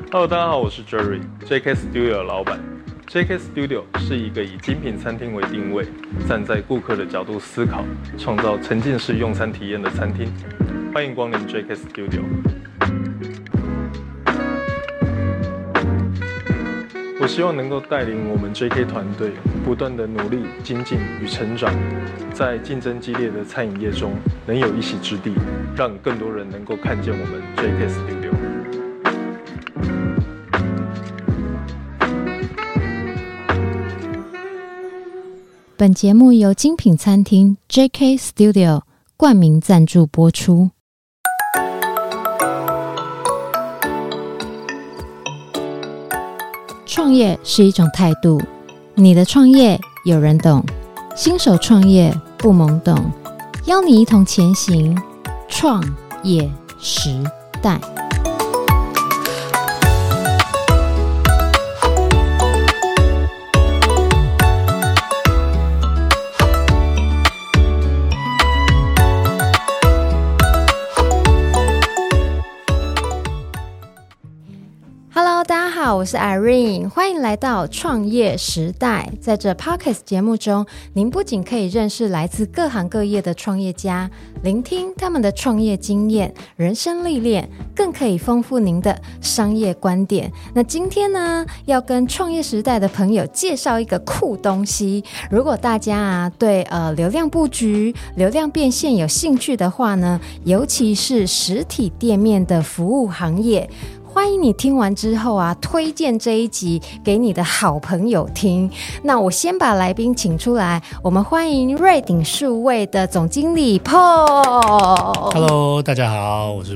Hello， 大家好，我是 Jerry，JK Studio 的老板。JK Studio 是一个以精品餐厅为定位，站在顾客的角度思考，创造沉浸式用餐体验的餐厅。欢迎光临 JK Studio。我希望能够带领我们 JK 团队不断的努力精进与成长，在竞争激烈的餐饮业中能有一席之地，让更多人能够看见我们 JK Studio。 本节目由精品餐厅 JK Studio 冠名赞助播出。创业是一种态度，你的创业有人懂，新手创业不懵懂，邀你一同前行，创业时代。大家好，我是 Irene， 欢迎来到创业时代。在这 Podcast 节目中，您不仅可以认识来自各行各业的创业家，聆听他们的创业经验、人生历练，更可以丰富您的商业观点。那今天呢，要跟创业时代的朋友介绍一个酷东西。如果大家对流量布局、流量变现有兴趣的话呢，尤其是实体店面的服务行业，欢迎你听完之后推荐这一集给你的好朋友听。那我先把来宾请出来，我们欢迎瑞鼎数位的总经理 Paul。Hello， 大家好，我是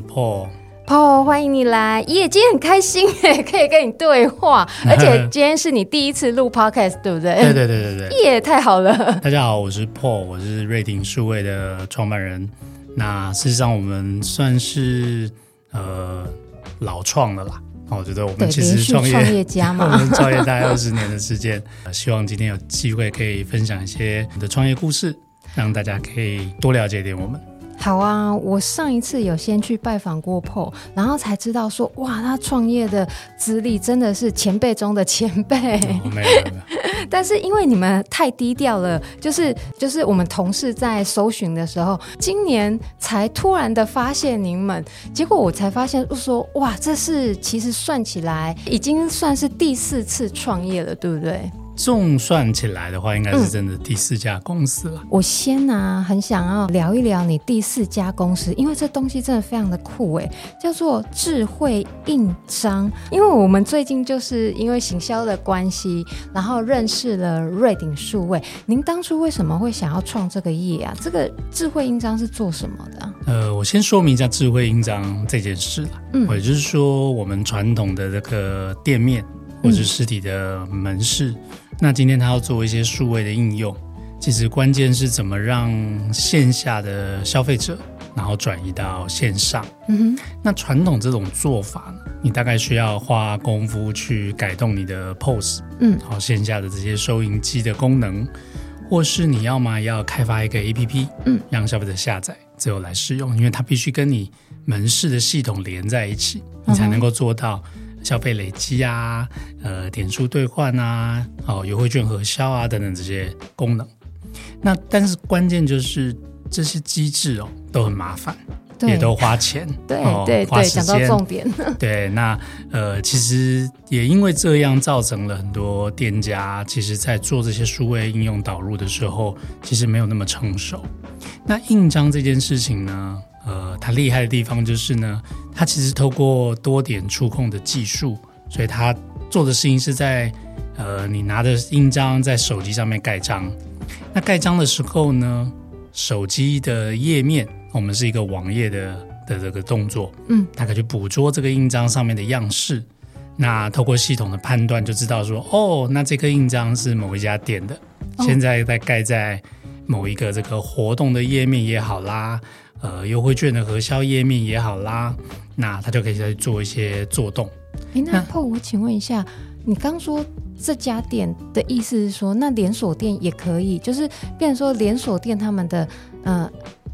Paul， 欢迎你来。今天很开心可以跟你对话，而且今天是你第一次录 podcast， 对不对？ 对， 太好了。 大家好，我是 Paul， 我是瑞鼎数位的创办人。那事实上，我们算是老创了啦，我觉得我们其实创业家嘛，我们创业大概20年的时间，希望今天有机会可以分享一些我的创业故事，让大家可以多了解一点我们。 好啊，我上一次有先去拜访过 Paul， 然后才知道说，哇，他创业的资历真的是前辈中的前辈。 没有。 但是因为你们太低调了，就是我们同事在搜寻的时候，今年才突然的发现你们，结果我才发现说，哇，这是其实算起来已经算是第4次创业了，对不对？ 纵算起来的话，应该是真的第4家公司了。 我先很想要聊一聊你第4家公司，因为这东西真的非常的酷叫做智慧印章。因为我们最近就是因为行销的关系，然后认识了瑞鼎数位。您当初为什么会想要创这个业啊？这个智慧印章是做什么的我先说明一下智慧印章这件事也就是说我们传统的这个店面或是实体的门市，那今天他要做一些数位的应用，其实关键是怎么让线下的消费者然后转移到线上。那传统这种做法呢，你大概需要花功夫去改动你的 POS，好线下的这些收银机的功能，或是你要么要开发一个 APP，让消费者下载之后来使用，因为它必须跟你门市的系统连在一起，你才能够做到消费累积点数兑换优惠券核销等等这些功能。那但是关键就是这些机制都很麻烦，也都花钱， 对， 花时间， 讲到重点。 对，那其实也因为这样造成了很多店家其实在做这些数位应用导入的时候，其实没有那么成熟。那印章这件事情呢，它厉害的地方就是呢，它其实透过多点触控的技术，所以它做的事情是在你拿着印章在手机上面盖章。那盖章的时候呢，手机的页面我们是一个网页的这个动作，它可以去捕捉这个印章上面的样式。那透过系统的判断就知道说，那这颗印章是某一家店的，现在在盖在某一个这个活动的页面也好啦，优惠券的核销页面也好啦，那它就可以再做一些做动。 那 Paul， 我请问一下，你刚说这家店的意思是说，那连锁店也可以，就是变成说连锁店他们的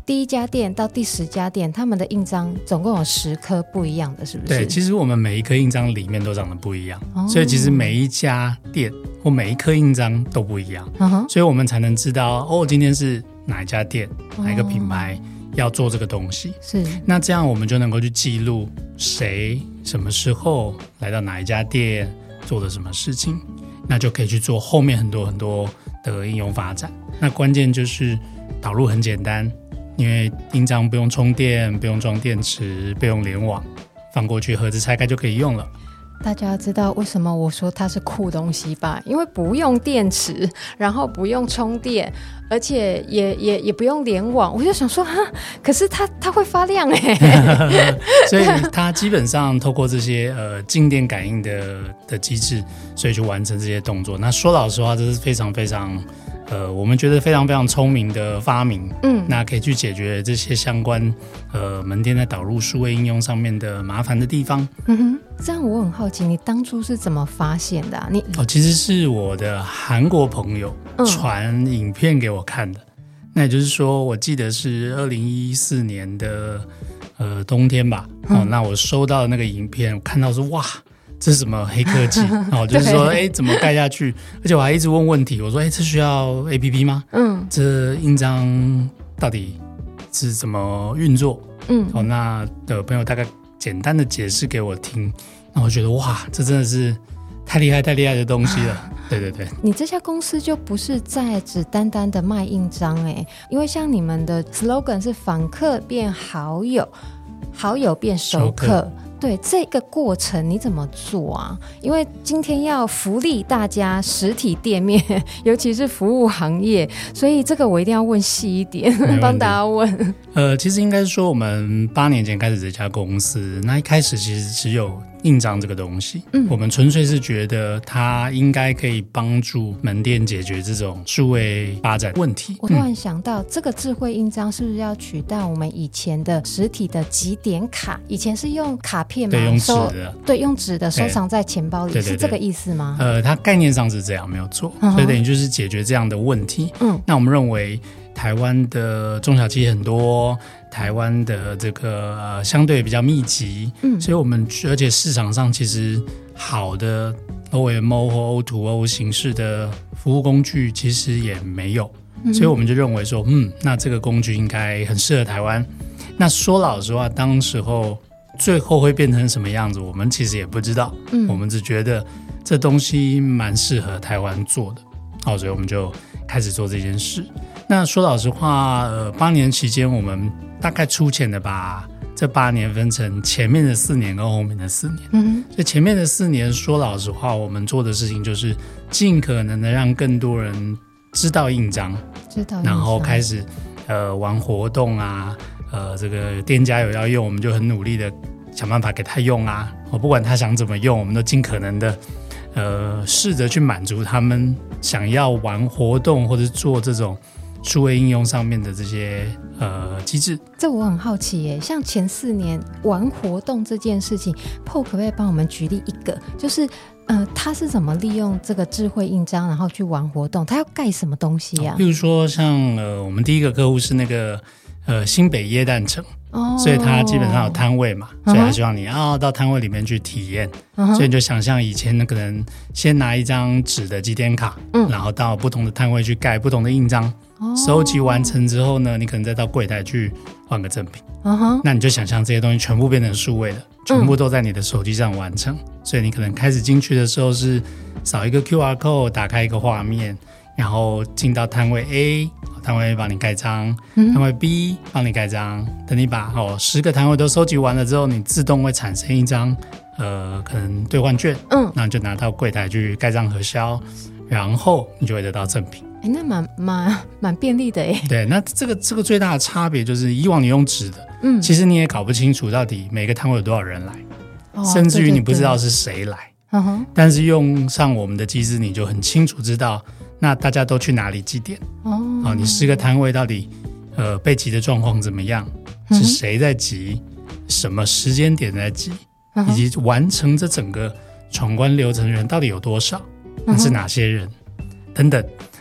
第1家店到第10家店，他们的印章总共有10颗不一样的，是不是？ 对，其实我们每一颗印章里面都长得不一样，所以其实每一家店或每一颗印章都不一样，所以我们才能知道今天是哪一家店、哪一个品牌要做这个东西。 是， 那这样我们就能够去记录谁什么时候来到哪一家店做了什么事情，那就可以去做后面很多很多的应用发展。那关键就是导入很简单，因为印章不用充电，不用装电池，不用联网，放过去盒子拆开就可以用了。 大家知道为什么我说它是酷东西吧？因为不用电池，然后不用充电，而且也不用联网。我就想说可是它会发亮所以它基本上透过这些静电感应的机制，所以去完成这些动作。那说老实话，这是非常非常我们觉得非常非常聪明的发明，那可以去解决这些相关门店在导入数位应用上面的麻烦的地方。 这样我很好奇，你当初是怎么发现的啊？ 其实是我的韩国朋友传影片给我看的。那也就是说，我记得是2014年的冬天吧。那我收到的那个影片，我看到说哇，这是什么黑科技？就是说怎么盖下去？而且我还一直问题，我说这需要 APP 吗？这印章到底是怎么运作？那的朋友大概简单的解释给我听，那我觉得哇，这真的是太厉害的东西了。对对对， 你这家公司就不是在只单单的卖印章因为像你们的 slogan 是访客变好友，好友变熟客。对，这个过程你怎么做啊？因为今天要福利大家实体店面，尤其是服务行业，所以这个我一定要问细一点，帮大家问。 其实应该是说我们8年前开始这家公司，那一开始其实只有印章这个东西，我们纯粹是觉得它应该可以帮助门店解决这种数位发展问题。 我突然想到，这个智慧印章是不是要取代我们以前的实体的集点卡？以前是用卡片吗？ 对，用纸的。 对，用纸的收藏在钱包里， 对， 是这个意思吗？ 它概念上是这样，没有错。所以等于就是解决这样的问题。那我们认为台湾的中小企业很多，台湾的这个相对比较密集，所以我们而且市场上其实好的 OMO 或 O2O 形式的服务工具其实也没有，所以我们就认为说，那这个工具应该很适合台湾。那说老实话，当时候最后会变成什么样子，我们其实也不知道，我们只觉得这东西蛮适合台湾做的，所以我们就开始做这件事。那说老实话，8年期间我们大概粗浅的把这8年分成前面的4年跟后面的4年。所以前面的4年说老实话，我们做的事情就是尽可能的让更多人知道印章，然后开始玩活动啊，这个店家有要用，我们就很努力的想办法给他用啊，不管他想怎么用，我们都尽可能的试着去满足他们想要玩活动或者做这种数位应用上面的这些机制。 这我很好奇耶，像前4年玩活动这件事情，Paul可不可以帮我们举例一个，就是他是怎么利用这个智慧印章然后去玩活动，他要盖什么东西啊？ 比如说像我们第一个客户是那个新北耶诞城，所以他基本上有摊位嘛，所以他希望你到摊位里面去体验，所以你就想象以前可能先拿一张纸的集点卡，然后到不同的摊位去盖不同的印章，收集完成之后呢，你可能再到柜台去换个赠品，那你就想象这些东西全部变成数位的，全部都在你的手机上完成，所以你可能开始进去的时候是扫一个 QR code 打开一个画面，然后进到摊位 A， 摊位 A 帮你盖章，摊位 B 帮你盖章，等你把10个摊位都收集完了之后，你自动会产生一张可能兑换券，那你就拿到柜台去盖章核销，然后你就会得到赠品。 那蛮便利的耶。 对，那这个最大的差别就是以往你用纸的，其实你也搞不清楚到底每个摊位有多少人来，甚至于你不知道是谁来，但是用上我们的机制，你就很清楚知道那大家都去哪里集点，你10个摊位到底被集的状况怎么样，是谁在集，什么时间点在集，以及完成这整个闯关流程的人到底有多少，那是哪些人等等。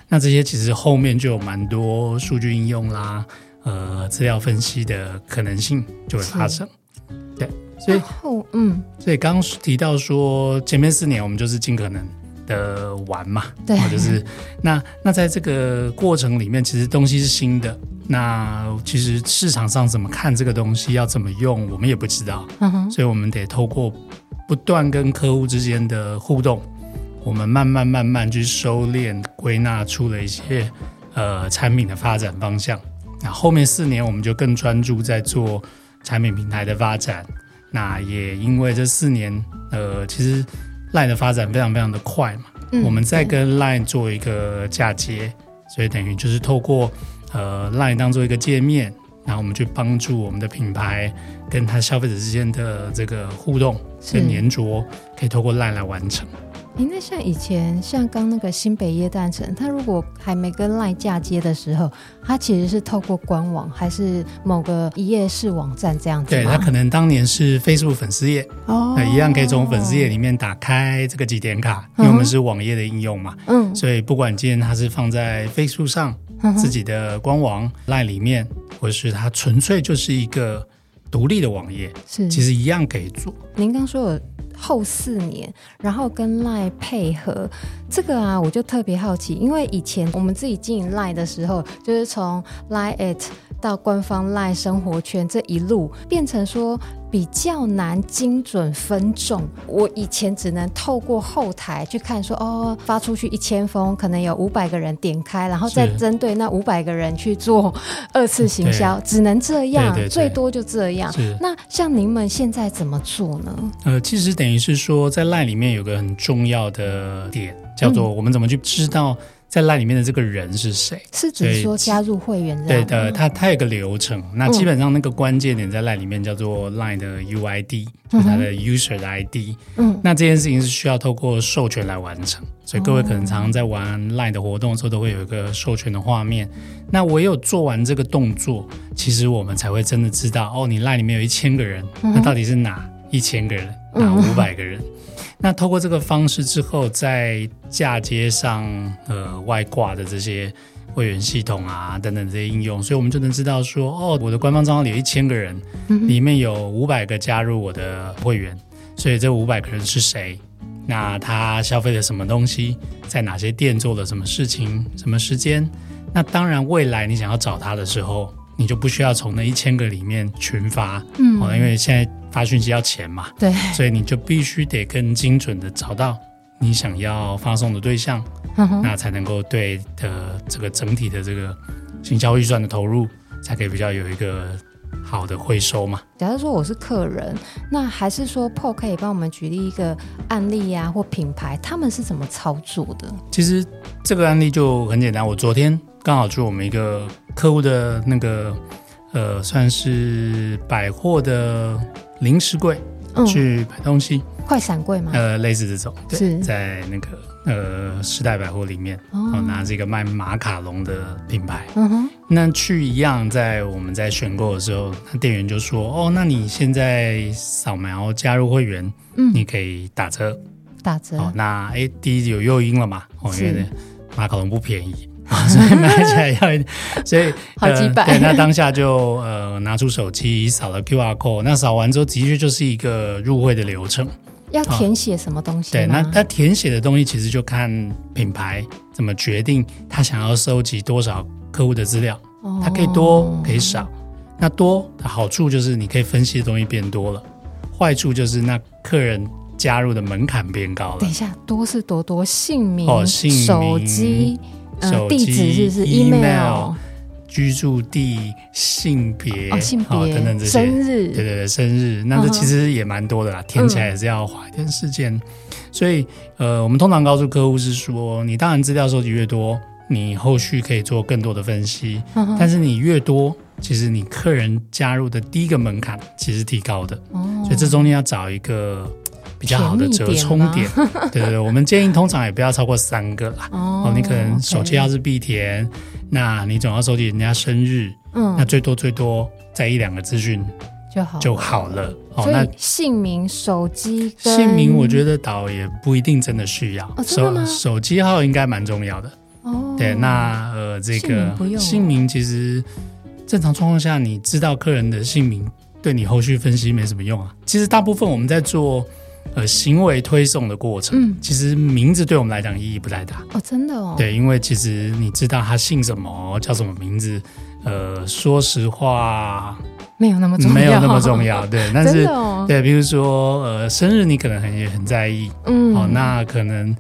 那这些其实后面就有蛮多数据应用啦，资料分析的可能性就会发生。对，所以刚刚提到说前面4年我们就是尽可能的玩嘛， 对， 就是那在这个过程里面，其实东西是新的，那其实市场上怎么看这个东西，要怎么用，我们也不知道，所以我们得透过不断跟客户之间的互动，我们慢慢去收敛归纳出了一些产品的发展方向。那后面4年我们就更专注在做产品平台的发展。那也因为这4年其实 LINE 的发展非常非常的快嘛，我们在跟 LINE 做一个嫁接，所以等于就是透过LINE 当做一个界面，然后我们去帮助我们的品牌跟他消费者之间的这个互动跟黏着，可以透过 LINE 来完成。 那像以前像刚那个新北耶诞城，他如果还没跟 LINE 嫁接的时候，他其实是透过官网还是某个一页式网站这样子吗？ 对，他可能当年是 Facebook 粉丝页，一样可以从粉丝页里面打开这个集点卡，因为我们是网页的应用嘛，所以不管今天他是放在 Facebook 上，自己的官网 LINE 里面，或是他纯粹就是一个独立的网页，其实一样可以做。 您刚说有后4年，然后跟 LINE 配合，这个啊，我就特别好奇，因为以前我们自己经营 LINE 的时候，就是从 LINE@ 到官方 LINE 生活圈这一路，变成说比较难精准分众。我以前只能透过后台去看说，发出去1000封，可能有500个人点开，然后再针对那500个人去做2次行销，只能这样，对，最多就这样。那像您们现在怎么做呢？ 其实等于是说，在 LINE 里面有个很重要的点，叫做我们怎么去知道在 LINE 里面的这个人是谁？ 是指说加入会员这样？ 对的，它有个流程。那基本上那个关键点在 LINE 里面叫做 LINE 的 UID，就是它的 user 的 ID。那这件事情是需要透过授权来完成，所以各位可能常常在玩 LINE 的活动的时候，都会有一个授权的画面。那唯有做完这个动作，其实我们才会真的知道，你 LINE 里面有1000个人，那到底是哪1000个人，哪500个人？那透过这个方式之后，在嫁接上外挂的这些会员系统啊等等这些应用，所以我们就能知道说，我的官方账号里有1000个人，里面有500个加入我的会员，所以这500个人是谁？那他消费了什么东西？在哪些店做了什么事情？什么时间？那当然，未来你想要找他的时候，你就不需要从那1000个里面群发，因为现在发讯息要钱嘛， 对， 所以你就必须得更精准的找到你想要发送的对象，那才能够对的这个整体的这个行销预算的投入，才可以比较有一个好的回收嘛。 假如说我是客人，那还是说 Paul 可以帮我们举例一个案例啊，或品牌他们是怎么操作的？ 其实这个案例就很简单，我昨天刚好去我们一个客户的那个算是百货的零食柜去买东西， 快闪柜吗？ 类似这种，对，在那个时代百货里面，拿着一个卖马卡龙的品牌，那去一样，我们在选购的时候，那店员就说，那你现在扫描加入会员，你可以打折，那第一有诱因了嘛，因为马卡龙不便宜。所以买起来要，所以好几百。 对，那当下就拿出手机扫了 QR code， 那扫完之后的确就是一个入会的流程。 要填写什么东西吗？ 对，那他填写的东西其实就看品牌怎么决定他想要收集多少客户的资料，他可以多可以少。那多的好处就是你可以分析的东西变多了，坏处就是那客人加入的门槛变高了。 等一下，多是多姓名、 手机。地址是不是 email、 居住地、性别、等等这些， 生日， 对，生日，那这其实也蛮多的啦，填起来也是要花一点时间。所以我们通常告诉客户是说，你当然资料收集越多，你后续可以做更多的分析，但是你越多，其实你客人加入的第一个门槛其实提高的，所以这中间要找一个比较好的折冲点，对，我们建议通常也不要超过3个啦。你可能手机要是必填，那你总要收集人家生日，那最多在1-2个资讯就好了。 所以姓名、手机跟姓名，我觉得倒也不一定真的需要。 真的吗？ 手机号应该蛮重要的。 对，那这个姓名其实正常状况下，你知道客人的姓名，对你后续分析没什么用啊。其实大部分我们在做行为推送的过程，其实名字对我们来讲意义不太大。 哦，真的哦。 对，因为其实你知道他姓什么，叫什么名字，说实话没有那么重要， 没有那么重要。对，但是、 哦、 对，比如说生日你可能也很在意，那可能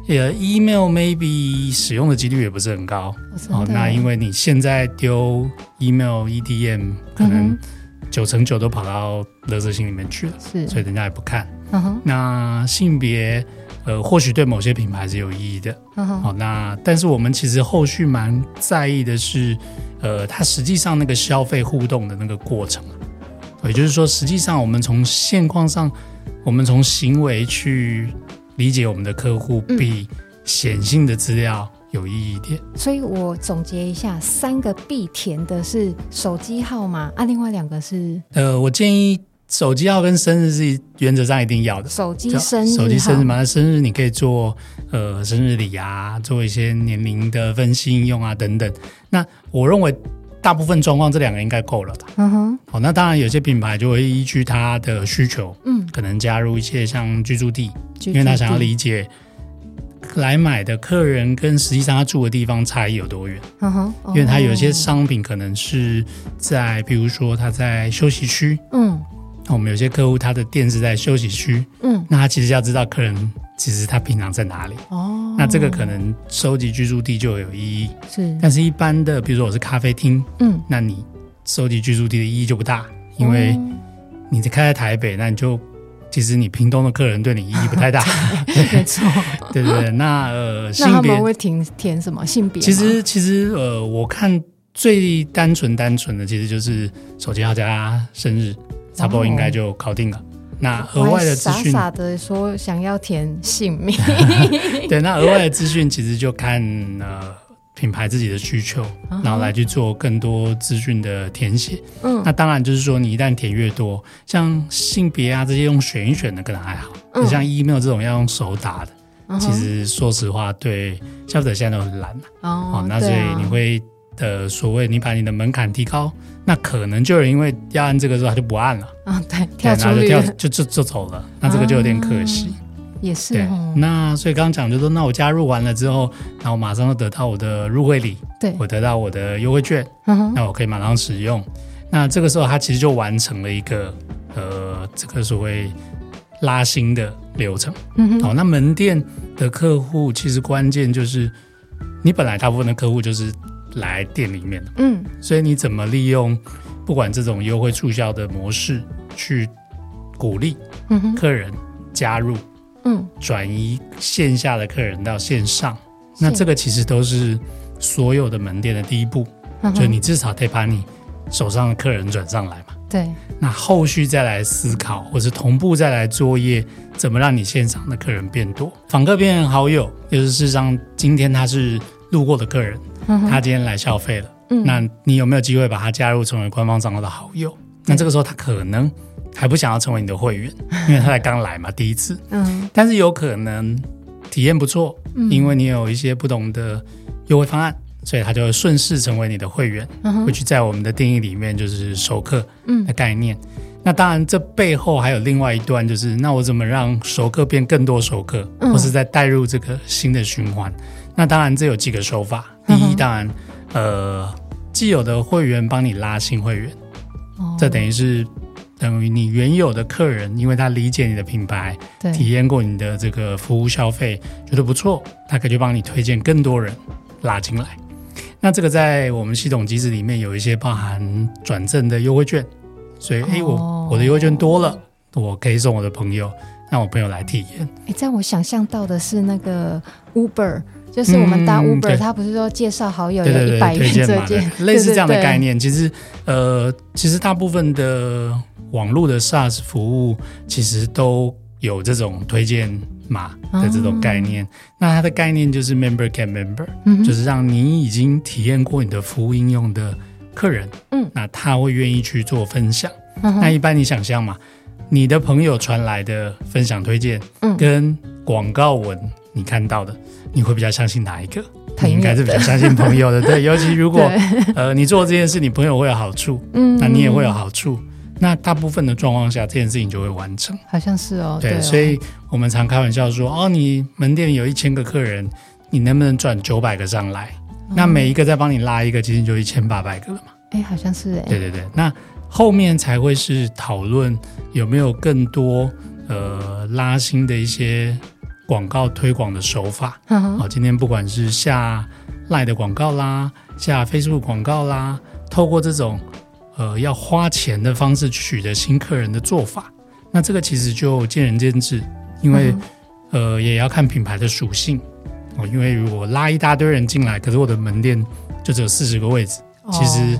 email maybe 使用的几率也不是很高，那因为你现在丢 email EDM 可能9成9都跑到垃圾信里面去了，所以人家也不看。那性别或许对某些品牌是有意义的，那但是我们其实后续蛮在意的是它实际上那个消费互动的那个过程，也就是说实际上我们从现况上，我们从行为去理解我们的客户，比显性的资料有意义一点。 所以我总结一下，3个必填的是手机号码另外2个是我建议手机号跟生日是原则上一定要的。 手机生日嘛，那生日你可以做生日礼啊，做一些年龄的分析应用啊等等。那我认为大部分状况这2个应该够了的。那当然有些品牌就会依据他的需求，可能加入一些像居住地，因为他想要理解来买的客人跟实际上他住的地方差异有多远。因为他有些商品可能是在比如说他在休息区，我们有些客户他的店是在休息区，那他其实要知道客人其实他平常在哪里，那这个可能收集居住地就有意义。但是一般的比如说我是咖啡厅，那你收集居住地的意义就不大，因为你开在台北，那你就其实你屏东的客人对你意义不太大。 没错， 对对对。那性别， 那他们会填什么性别？ 其实我看最单纯的其实就是手机号加生日，差不多应该就搞定了。那额外的资讯， 傻傻的说想要填姓名。 对，那额外的资讯其实就看品牌自己的需求，然后来去做更多资讯的填写。那当然就是说你一旦填越多，像性别啊这些用选一选的可能还好，像 email 这种要用手打的，其实说实话对消费者现在都很懒那所以你会所谓你把你的门槛提高，那可能就有人因为要按这个之后他就不按了， 对，跳出率就走了，那这个就有点可惜。 也是对，那所以刚刚讲就是说，那我加入完了之后，那我马上就得到我的入会礼，对，我得到我的优惠券，那我可以马上使用。那这个时候它其实就完成了一个这个所谓拉新的流程。那门店的客户其实关键就是你本来大部分的客户就是来店里面的，所以你怎么利用不管这种优惠促销的模式去鼓励客人加入，转移线下的客人到线上，那这个其实都是所有的门店的第一步，就你至少得把你手上的客人转上来嘛。 对， 那后续再来思考，或是同步再来作业，怎么让你线上的客人变多，访客变成好友，就是事实上今天他是路过的客人，他今天来消费了，那你有没有机会把他加入成为官方账号的好友？那这个时候他可能还不想要成为你的会员，因为他才刚来嘛，第一次。但是有可能体验不错，因为你有一些不同的优惠方案，所以他就会顺势成为你的会员，会去在我们的定义里面就是熟客的概念。那当然这背后还有另外一段，就是那我怎么让熟客变更多熟客，或是再带入这个新的循环。那当然这有几个手法，第一当然既有的会员帮你拉新会员，这等于你原有的客人，因为他理解你的品牌，体验过你的这个服务消费，觉得不错，他可以帮你推荐更多人拉进来。那这个在我们系统机制里面有一些包含转正的优惠券，所以我的优惠券多了，我可以送我的朋友，让我朋友来体验。 这样我想象到的是那个 Uber， 就是我们搭 Uber，他不是说介绍好友有100元折券， 类似这样的概念。其实大部分的网络的 SaaS 服务其实都有这种推荐码的这种概念。那它的概念就是 Member Get Member，就是让你已经体验过你的服务应用的客人，那他会愿意去做分享。那一般你想象嘛，你的朋友传来的分享推荐，跟广告文你看到的，你会比较相信哪一个？ 你应该是比较相信朋友的，对，尤其如果你做这件事，你朋友会有好处，那你也会有好处，那大部分的状况下，这件事情就会完成。 好像是哦， 对，所以我们常开玩笑说，你门店有1000个客人，你能不能赚900个上来？那每一个再帮你拉一个，其实就1800个了嘛。 好像是对对对，那后面才会是讨论有没有更多拉新的一些广告推广的手法。今天不管是下 LINE 的广告啦，下 Facebook 广告啦，透过这种要花钱的方式取得新客人的做法，那这个其实就见仁见智，因为也要看品牌的属性。因为如果拉一大堆人进来，可是我的门店就只有40个位置，其实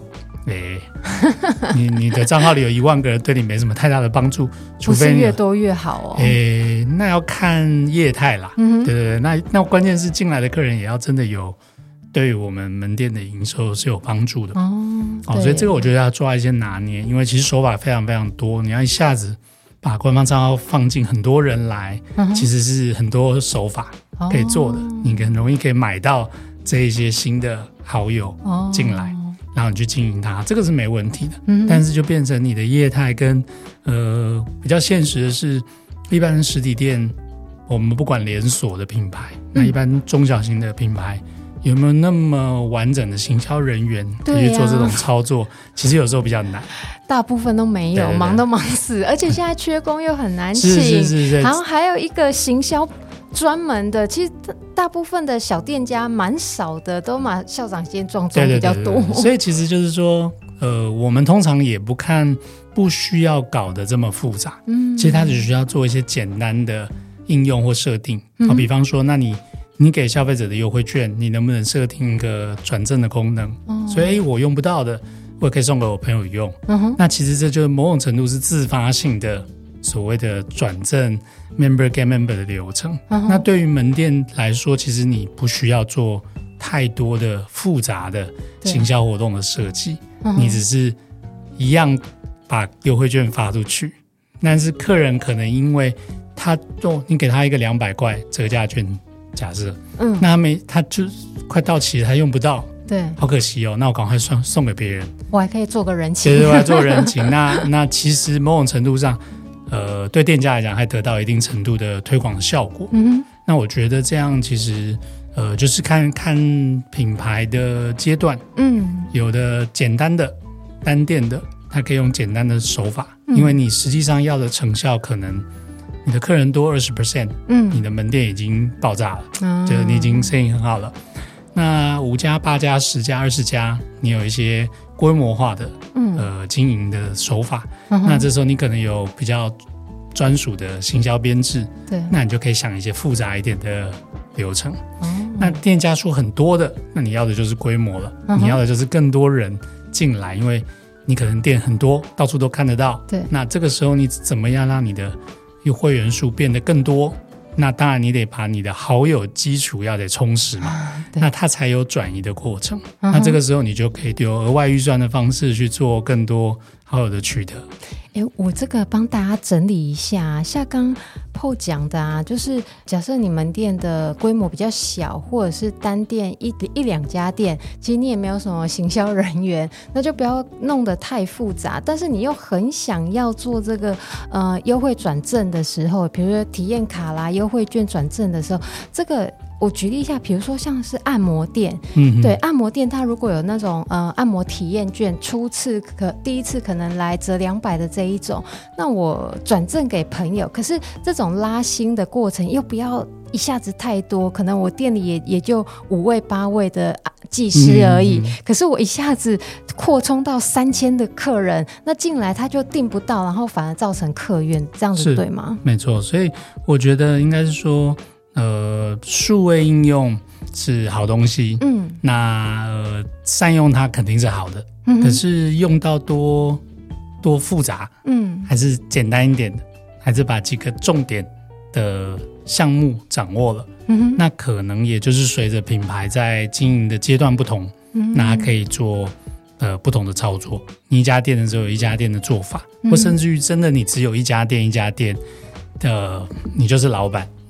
你的账号里有1万个人，对你没什么太大的帮助，除非不是越多越好那要看业态啦。对对对，那关键是进来的客人也要真的有对于我们门店的营收是有帮助的。所以这个我觉得要抓一些拿捏，因为其实手法非常非常多，你要一下子把官方账号放进很多人来，其实是很多手法可以做的，你很容易可以买到这一些新的好友进来，然后你去经营它，这个是没问题的。但是就变成你的业态跟比较现实的是，一般实体店我们不管连锁的品牌，那一般中小型的品牌有没有那么完整的行销人员可以去做这种操作，其实有时候比较难， 大部分都没有，对对对，忙都忙死，而且现在缺工又很难请，是，然后还有一个行销专门的，其实大部分的小店家蛮少的，都嘛校长先撞钟比较多。 对对对对，所以其实就是说我们通常也不需要搞得这么复杂，其实它只需要做一些简单的应用或设定。比方说那你给消费者的优惠券，你能不能设定一个转正的功能？所以我用不到的，我也可以送给我朋友用。那其实这就是某种程度是自发性的所谓的转正 member get member 的流程。那对于门店来说，其实你不需要做太多的复杂的行销活动的设计，你只是一样把优惠券发出去，但是客人可能因为你给他一个200块折价券，假设，那他就快到期了，他用不到，对，好可惜哦。那我赶快送给别人， 我还可以做个人情， 对，我还做人情。那其实某种程度上，对店家来讲，还得到一定程度的推广的效果。那我觉得这样其实，就是看品牌的阶段，有的简单的单店的，它可以用简单的手法，因为你实际上要的成效可能。你的客人多 20%，你的门店已经爆炸了，就是你已经生意很好了。那5家、8家、10家、20家，你有一些规模化的经营的手法，那这时候你可能有比较专属的行销编制，对，那你就可以想一些复杂一点的流程。那店家数很多的，那你要的就是规模了，你要的就是更多人进来，因为你可能店很多，到处都看得到。对，那这个时候你怎么样让你的会员数变得更多？那当然你得把你的好友基础要得充实嘛，那它才有转移的过程。那这个时候你就可以有额外预算的方式去做更多好友的取得。 我这个帮大家整理一下，像刚 PO 讲的啊，就是假设你门店的规模比较小，或者是单店一两家店，其实你也没有什么行销人员，那就不要弄得太复杂。但是你又很想要做这个优惠转正的时候，比如说体验卡啦、优惠券转正的时候，这个我举例一下，比如说像是按摩店，对，按摩店它如果有那种按摩体验券，第一次可能来折200的这一种，那我转正给朋友，可是这种拉新的过程又不要一下子太多，可能我店里也就5位8位的技师而已，可是我一下子扩充到3000的客人，那进来他就订不到，然后反而造成客怨，这样子对吗？ 没错，所以我觉得应该是说数位应用是好东西，那善用它肯定是好的，可是用到多复杂，还是简单一点的，还是把几个重点的项目掌握了，那可能也就是随着品牌在经营的阶段不同，那它可以做不同的操作。你一家店的时候有一家店的做法，或甚至于真的你只有一家店你就是老板，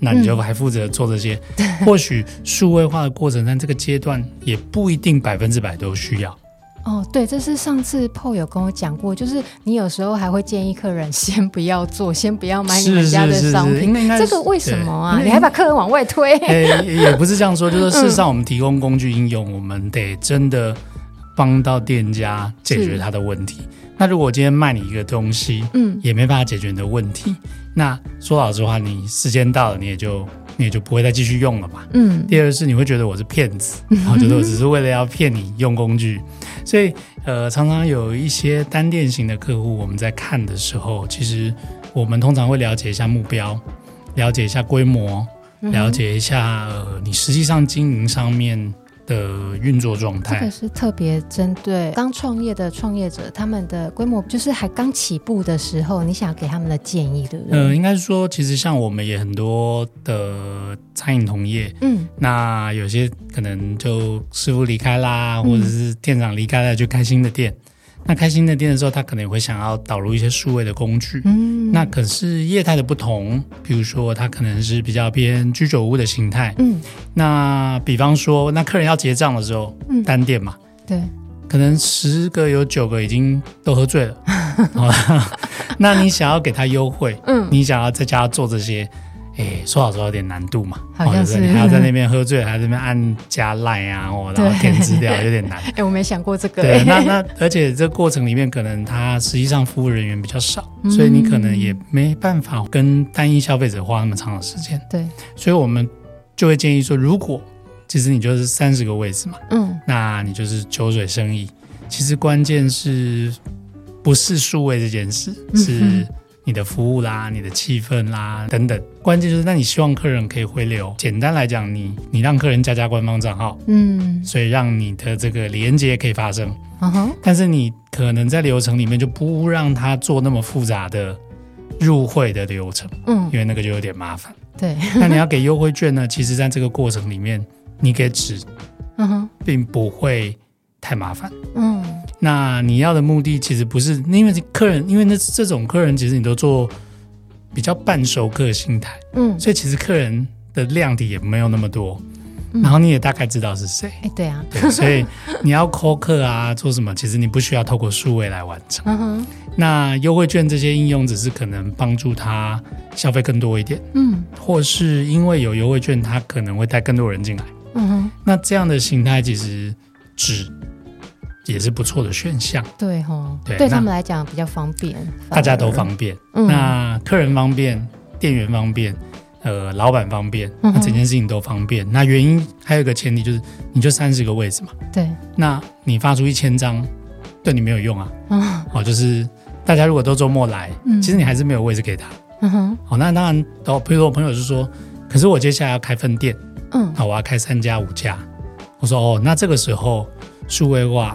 那你就还负责做这些。或许数位化的过程，但这个阶段也不一定100%都需要。 哦，对，这是上次 Paul 有跟我讲过，就是你有时候还会建议客人先不要做，先不要买你们家的商品。这个为什么啊？你还把客人往外推？ 也不是这样说，就是事实上我们提供工具应用，我们得真的帮到店家解决他的问题。那如果我今天卖你一个东西，也没办法解决你的问题，那说老实话，你时间到了，你也就不会再继续用了嘛。第二是你会觉得我是骗子，然后觉得我只是为了要骗你用工具。所以常常有一些单店型的客户，我们在看的时候，其实我们通常会了解一下目标，了解一下规模，了解一下你实际上经营上面的运作状态。 这个是特别针对刚创业的创业者，他们的规模就是还刚起步的时候，你想给他们的建议，对不对？ 应该是说，其实像我们也很多的餐饮同业，那有些可能就师傅离开啦，或者是店长离开了，就开新的店。那开新的店的时候，他可能也会想要导入一些数位的工具。那可是业态的不同，比如说他可能是比较偏居酒屋的形态。那比方说，那客人要结账的时候，单店嘛， 对， 可能10个有9个已经都喝醉了。那你想要给他优惠，你想要在家做这些，说老实话有点难度嘛， 好像是你还要在那边喝醉，还在那边按加 LINE 啊，然后填资料，有点难。 我没想过这个。 对，那而且这个过程里面，可能他实际上服务人员比较少，所以你可能也没办法跟单一消费者花那么长的时间。 对， 所以我们就会建议说，如果其实你就是30个位置嘛，那你就是酒水生意。其实关键是不是数位这件事，是你的服务啦，你的气氛啦等等，关键就是那你希望客人可以回流。简单来讲，你让客人加官方账号，所以让你的这个连结可以发生，但是你可能在流程里面就不让他做那么复杂的入会的流程，因为那个就有点麻烦。 对， 那你要给优惠券呢，其实在这个过程里面，你给纸，并不会太麻烦。那你要的目的其实不是因为客人，因为这种客人其实你都做比较半熟客心态，所以其实客人的量体也没有那么多，然后你也大概知道是谁。 对啊， 对，所以你要call客啊，做什么，其实你不需要透过数位来完成。那优惠券这些应用只是可能帮助他消费更多一点，或是因为有优惠券，他可能会带更多人进来。那这样的形态其实纸也是不错的选项。 对，对他们来讲比较方便， 大家都方便。那客人方便，店员方便，老板方便，那整件事情都方便。那原因还有一个前提就是，你就30个位置嘛。对，那你发出1000张，对你没有用啊。就是大家如果都周末来，其实你还是没有位置给他。那当然，比如说我朋友就说，可是我接下来要开分店，我要开3家5家。我说那这个时候数位化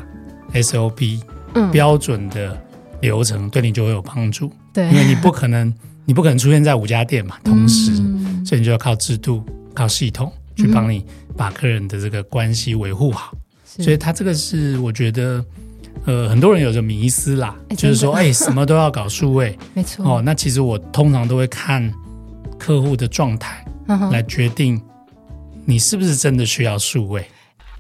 SOP 标准的流程对你就会有帮助。对，因为你不可能出现在5家店嘛，同时，所以你就要靠制度、靠系统去帮你把客人的这个关系维护好。所以他这个是我觉得很多人有着迷思啦，就是说什么都要搞数位。没错。那其实我通常都会看客户的状态来决定你是不是真的需要数位。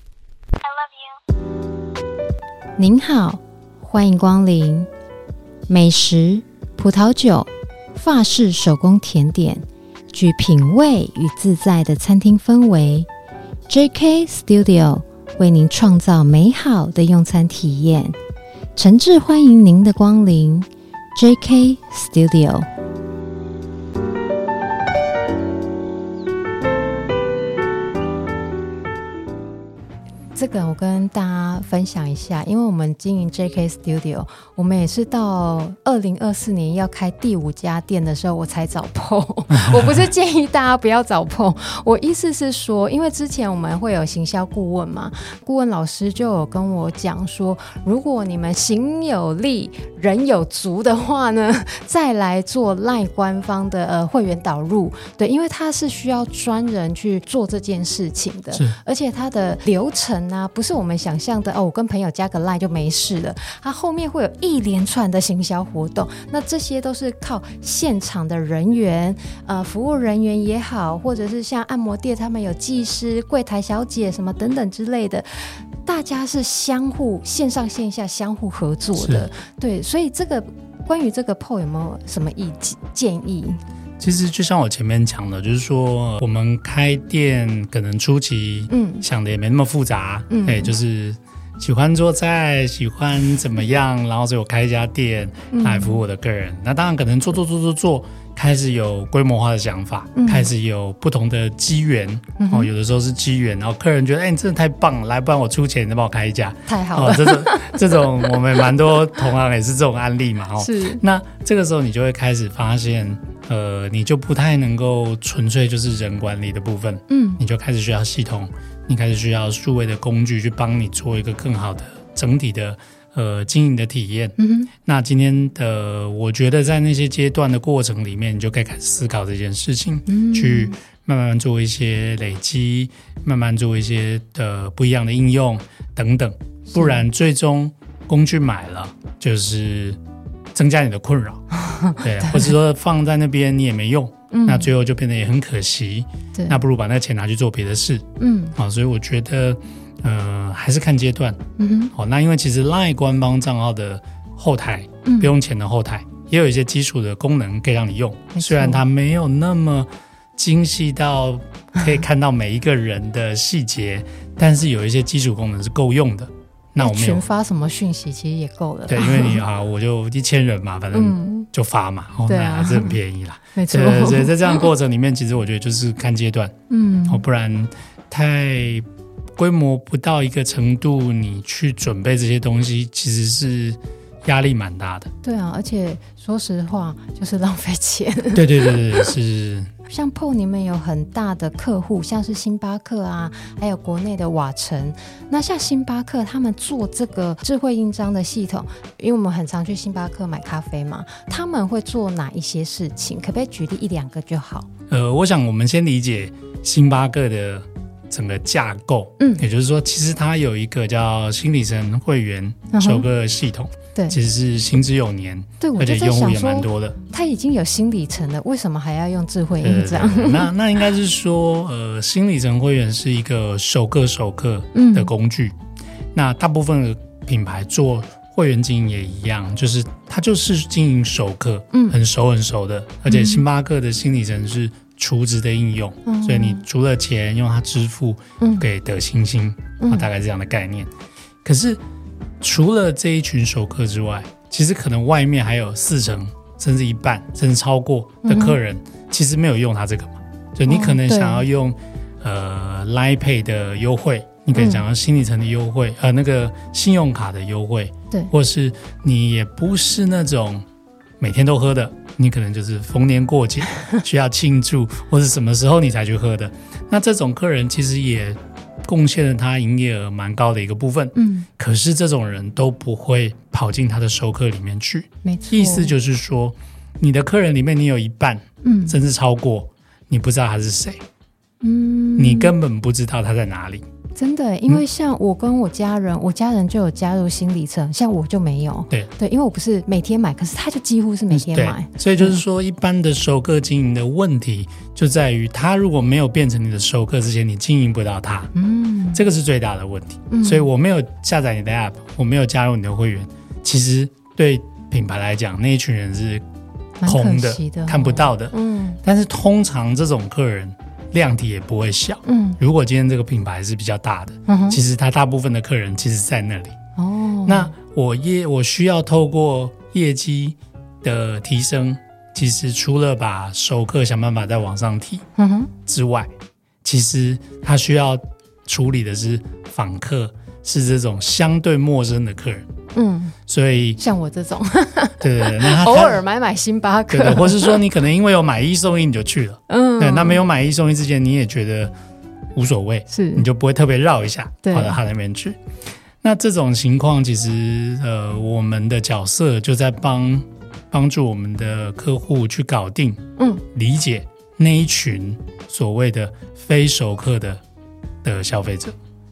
您好，欢迎光临。美食、葡萄酒、法式手工甜点，具品味与自在的餐厅氛围。JK Studio 为您创造美好的用餐体验，诚挚欢迎您的光临。JK Studio。这个我跟大家分享一下，因为我们经营 JK Studio， 我们也是到2024年要开第5家店的时候我才找PO。我不是建议大家不要找PO，我意思是说，因为之前我们会有行销顾问嘛，顾问老师就有跟我讲说，如果你们行有力人有足的话呢，再来做 LINE 官方的会员导入。对，因为它是需要专人去做这件事情的，而且它的流程不是我们们想象的我跟朋友加个 LINE 就没事了，它后面会有一连串的行销活动，那这些都是靠现场的人员服务人员也好，或者是像按摩店他们有技师、柜台小姐什么等等之类的，大家是相互线上线下相互合作的。对，所以关于这个 PO 有没有什么建议？ 其实就像我前面讲的，就是说我们开店可能初期想的也没那么复杂，就是喜欢做菜，喜欢怎么样，然后所以我开一家店来服务我的客人。那当然可能做，开始有规模化的想法，开始有不同的机缘，有的时候是机缘，然后客人觉得你真的太棒了，来，不然我出钱，你再帮我开一家， 太好了。 这种我们蛮多同行也是这种案例嘛， 是。 那这个时候你就会开始发现，你就不太能够纯粹就是人管理的部分，你就开始需要系统，你开始需要数位的工具去帮你做一个更好的整体的经营的体验。那今天我觉得在那些阶段的过程里面，你就可以开始思考这件事情，去慢慢做一些累积，慢慢做一些不一样的应用等等，不然最终工具买了就是增加你的困扰，对，或者说放在那边你也没用，那最后就变得也很可惜。那不如把那个钱拿去做别的事。所以我觉得还是看阶段。那因为其实 LINE 官方账号的后台，不用钱的后台，也有一些基础的功能可以让你用，虽然它没有那么精细到可以看到每一个人的细节，但是有一些基础功能是够用的。那我们群发什么讯息其实也够了。 对，因为你我就1000人嘛，反正就发嘛，那还是很便宜啦。 没错。 对，在这样的过程里面，其实我觉得就是看阶段，不然太规模不到一个程度，你去准备这些东西，其实是压力蛮大的。 对啊，而且说实话，就是浪费钱。 对，是。 像 PO 你们有很大的客户，像是星巴克啊，还有国内的瓦城。那像星巴克他们做这个智慧印章的系统，因为我们很常去星巴克买咖啡嘛，他们会做哪一些事情？可不可以举例1-2个就好？ 我想我们先理解星巴克的整个架构，也就是说其实它有一个叫新里程会员首个系统，对，其实是行之有年， 对， 而且用户也蛮多的。 它已经有新里程了，为什么还要用智慧印章？ 那应该是说，新里程会员是一个首个的工具。那大部分的品牌做会员经营也一样，就是它就是经营首个，很熟的，而且星巴克的新里程是储值的应用，所以你除了钱用它支付，可以得星星，大概这样的概念。可是除了这一群熟客之外，其实可能外面还有40%甚至1半甚至超过的客人，其实没有用它这个嘛。就你可能想要用LINE Pay 的优惠，你可能想要新里程的优惠，那个信用卡的优惠，对，或是你也不是那种每天都喝的，你可能就是逢年过节需要庆祝，或是什么时候你才去喝的。那这种客人其实也贡献了他营业额蛮高的一个部分，可是这种人都不会跑进他的熟客里面去。没错，意思就是说，你的客人里面你有1半，甚至超过，你不知道他是谁，你根本不知道他在哪里。 真的，因为像我跟我家人就有加入新里程，像我就没有。对，因为我不是每天买，可是他就几乎是每天买。 所以就是说，一般的熟客经营的问题就在于，他如果没有变成你的熟客之前，你经营不到他。这个是最大的问题。所以我没有下载你的 App， 我没有加入你的会员，其实对品牌来讲，那一群人是空的，看不到的。但是通常这种客人量体也不会小。如果今天这个品牌是比较大的，其实它大部分的客人其实在那里。那我需要透过业绩的提升，其实除了把熟客想办法再往上提之外，其实它需要处理的是访客，是这种相对陌生的客人。所以像我这种对，那偶尔买星巴克， 对，或是说你可能因为有买1送1你就去了，对，那没有买1送1之前你也觉得无所谓，是你就不会特别绕一下跑到他那边去。那这种情况其实我们的角色就在帮助我们的客户去搞定，理解那一群所谓的非熟客的消费者。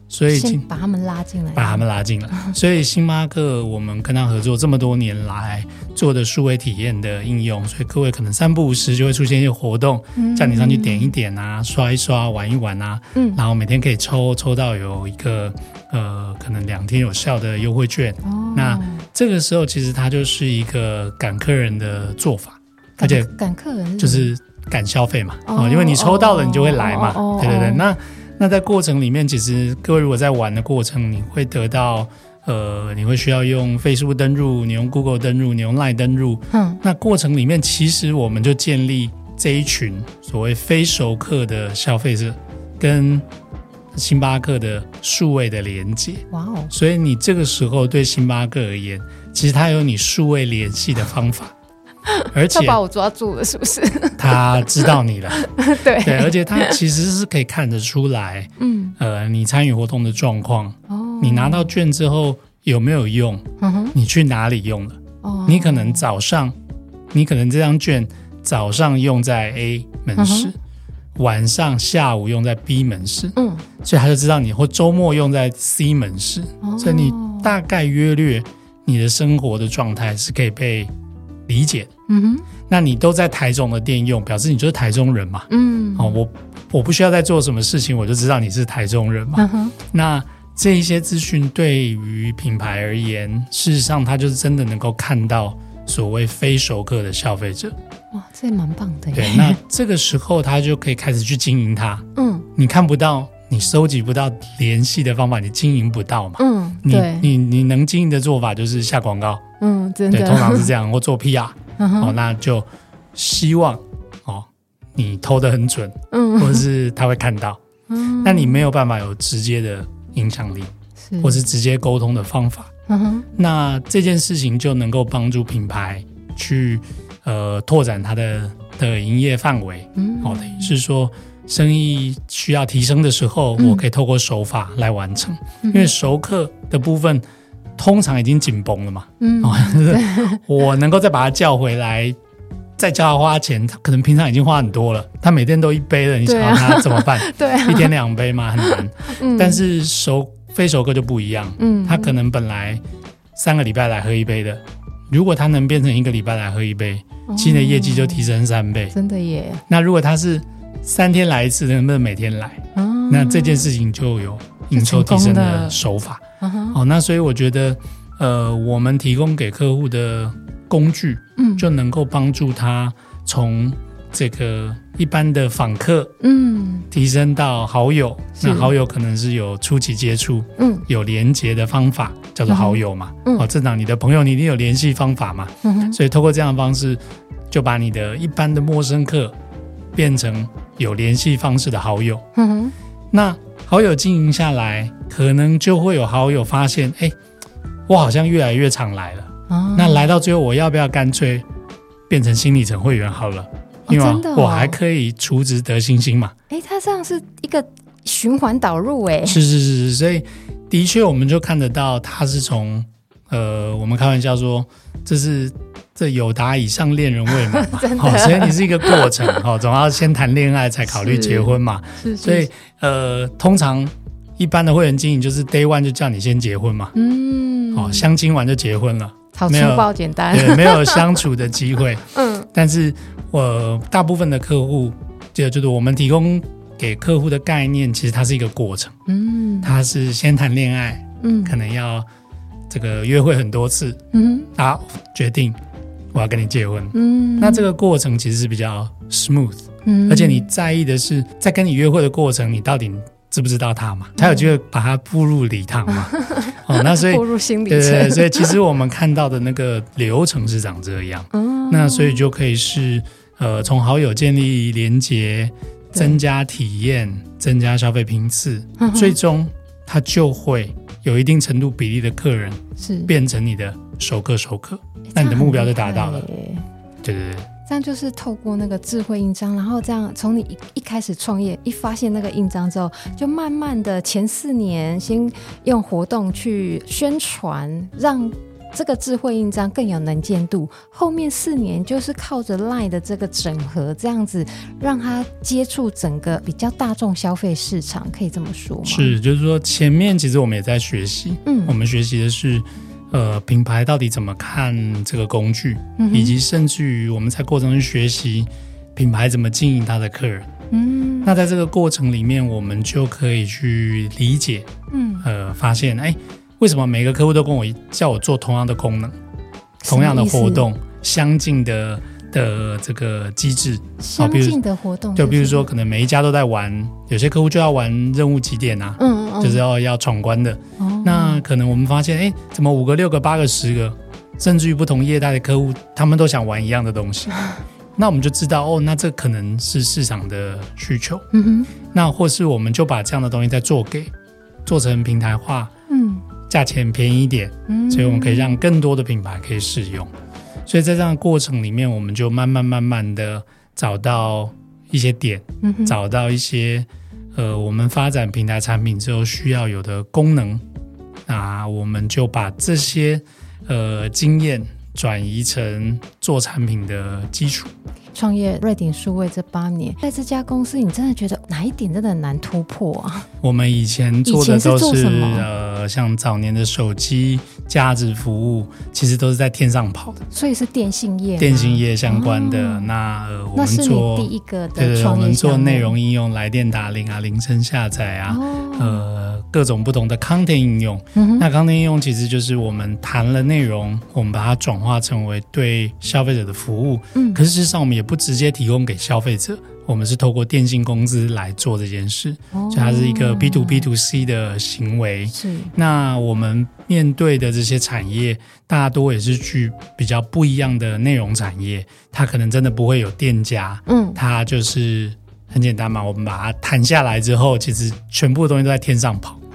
所以先把他们拉进来， 所以星巴克我们跟他合作这么多年来做的数位体验的应用，所以各位可能3不5时就会出现一些活动，叫你上去点一点啊，刷一刷，玩一玩啊，然后每天可以抽到有一个可能2天有效的优惠券。那这个时候其实它就是一个赶客人的做法，而且赶客人就是赶消费嘛，因为你抽到了你就会来嘛，对对对。那在过程里面，其实各位如果在玩的过程，你会得到你会需要用 Facebook 登入，你用 Google 登入，你用 LINE 登入。那过程里面，其实我们就建立这一群所谓非熟客的消费者跟星巴克的数位的连接。哇哦！所以你这个时候对星巴克而言，其实它有你数位联系的方法。而且他把我抓住了，是不是？ 他知道你了， 对， 而且他其实是可以看得出来，你参与活动的状况，你拿到券之后有没有用，你去哪里用了，你可能这张券早上用在 A 门市，晚上下午用在 B 门市，所以他就知道你或周末用在 C 门市，所以你大概约略你的生活的状态是可以被理解。那你都在台中的店用，表示你就是台中人嘛。我不需要再做什么事情，我就知道你是台中人嘛。那这一些资讯对于品牌而言，事实上它就是真的能够看到所谓非熟客的消费者。 哇，这也蛮棒的耶。 对，那这个时候他就可以开始去经营它。你看不到，你收集不到联系的方法，你经营不到嘛。你能经营的做法就是下广告。 真的， 对，通常是这样，或做 PR。那就希望你投得很准，或者是他会看到。那你没有办法有直接的影响力，或是直接沟通的方法。那这件事情就能够帮助品牌去拓展它的营业范围。等于是说生意需要提升的时候，我可以透过手法来完成。因为熟客的部分通常已经紧绷了嘛，我能够再把他叫回来，再叫他花钱，他可能平常已经花很多了，他每天都1杯了，你想要他怎么办？ 对啊， 1天2杯吗？很难。但是非熟客就不一样，他可能本来3个礼拜来喝1杯的，如果他能变成1个礼拜来喝1杯，其实的业绩就提升3倍。 真的耶。 那如果他是3天来一次，能不能每天来？那这件事情就有营收提升的手法。那所以我觉得我们提供给客户的工具，就能够帮助他从这个一般的访客，提升到好友。那好友可能是有初期接触，有连结的方法叫做好友嘛。正常你的朋友你一定有联系方法嘛。所以透过这样的方式，就把你的一般的陌生客变成有联系方式的好友。那好友经营下来，可能就会有好友发现，我好像越来越常来了。那来到最后，我要不要干脆变成新里程会员好了？因为我还可以储值得星星嘛。 它这样是一个循环导入。 是，所以的确我们就看得到，它是从我们开玩笑说，这友达以上恋人未满嘛。 真的。 所以你是一个过程，总要先谈恋爱才考虑结婚嘛。所以通常一般的会员经营就是 Day One 就叫你先结婚嘛。相亲完就结婚了， 好粗暴简单。 对，没有相处的机会。但是大部分的客户，就是我们提供给客户的概念，其实它是一个过程。它是先谈恋爱，可能要这个约会很多次，决定我要跟你结婚。那这个过程其实是比较 smooth，而且你在意的是在跟你约会的过程，你到底知不知道他嘛？他有机会把他步入礼堂嘛？那所以步入心理层。 对，所以其实我们看到的那个流程是长这样。那所以就可以是从好友建立连结，增加体验，增加消费频次，最终他就会有一定程度比例的客人是变成你的熟客，那你的目标就达到了。对， 这样就是透过那个智慧印章，然后这样从你一开始创业，一发现那个印章之后，就慢慢的前4年先用活动去宣传，让这个智慧印章更有能见度，后面4年就是靠着 LINE 的这个整合，这样子让它接触整个比较大众消费市场，可以这么说吗？ 是，就是说前面其实我们也在学习，我们学习的是品牌到底怎么看这个工具，以及甚至于我们在过程中学习品牌怎么经营它的客人。那在这个过程里面，我们就可以去理解，发现为什么每个客户都跟我叫我做同样的功能、同样的活动、相近的这个机制， 相近的活动， 就比如说可能每一家都在玩，有些客户就要玩任务几点啊，就是要闯关的。那可能我们发现，怎么5个、6个、8个、10个，甚至于不同业态的客户，他们都想玩一样的东西。那我们就知道那这可能是市场的需求。那或是我们就把这样的东西再做成平台化，价钱便宜一点，所以我们可以让更多的品牌可以试用。所以在这样的过程里面，我们就慢慢的找到一些点，找到一些我们发展平台产品之后需要有的功能，那我们就把这些经验转移成做产品的基础。 创业瑞鼎数位这8年，在这家公司你真的觉得哪一点真的很难突破啊？ 我们以前做的都是像早年的手机价值服务，其实都是在天上跑的， 所以是电信业相关的。我们做， 那是你第一个的创业项目。 对，我们做内容应用，来电打铃啊，铃声下载啊，各种不同的 content 应用。那 content 应用其实就是我们谈了内容，我们把它转化成为对消费者的服务。可是事实上我们也不直接提供给消费者，我们是透过电信公司来做这件事，所以它是一个 B2B2C 的行为。那我们面对的这些产业大多也是去比较不一样的内容产业，它可能真的不会有店家，它就是很简单嘛，我们把它谈下来之后，其实全部的东西都在天上跑。